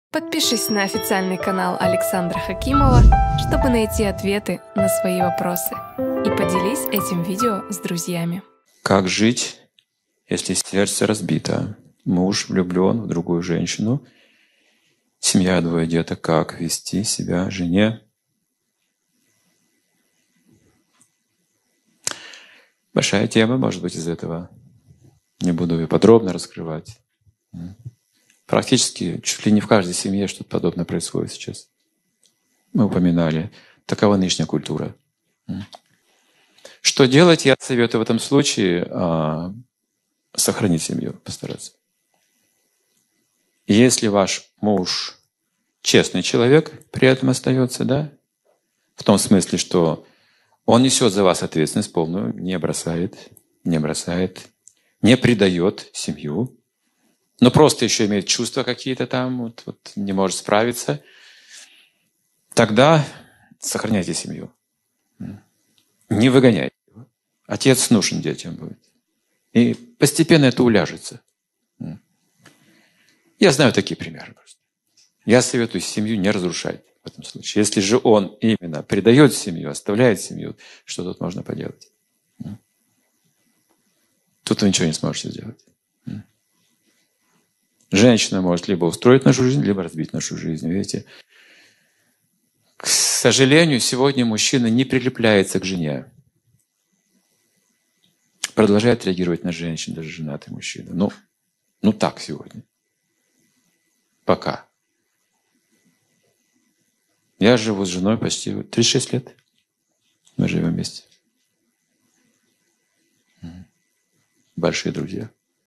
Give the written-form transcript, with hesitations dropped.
Подпишись на официальный канал Александра Хакимова, чтобы найти ответы на свои вопросы. И поделись этим видео с друзьями. Как жить, если сердце разбито? Муж влюблен в другую женщину, семья, 2 деток. Как вести себя жене? Большая тема, может быть, из этого. Не буду ее подробно раскрывать. Практически чуть ли не в каждой семье что-то подобное происходит сейчас. Мы упоминали. Такова нынешняя культура. Что делать? Я советую в этом случае сохранить семью, постараться. Если ваш муж честный человек, при этом остается, да? В том смысле, что он несет за вас ответственность полную, не бросает, не предает семью, но просто еще имеет чувства какие-то там, вот не может справиться, тогда сохраняйте семью. Не выгоняйте его. Отец нужен детям будет. И постепенно это уляжется. Я знаю такие примеры просто. Я советую семью не разрушать в этом случае. Если же он именно предает семью, оставляет семью, что тут можно поделать? Тут вы ничего не сможете сделать. Женщина может либо устроить нашу жизнь, либо разбить нашу жизнь. Видите? К сожалению, сегодня мужчина не прилепляется к жене. Продолжает реагировать на женщин, даже женатый мужчина. Ну так сегодня. Пока. Я живу с женой почти 36 лет. Мы живем вместе. Большие друзья.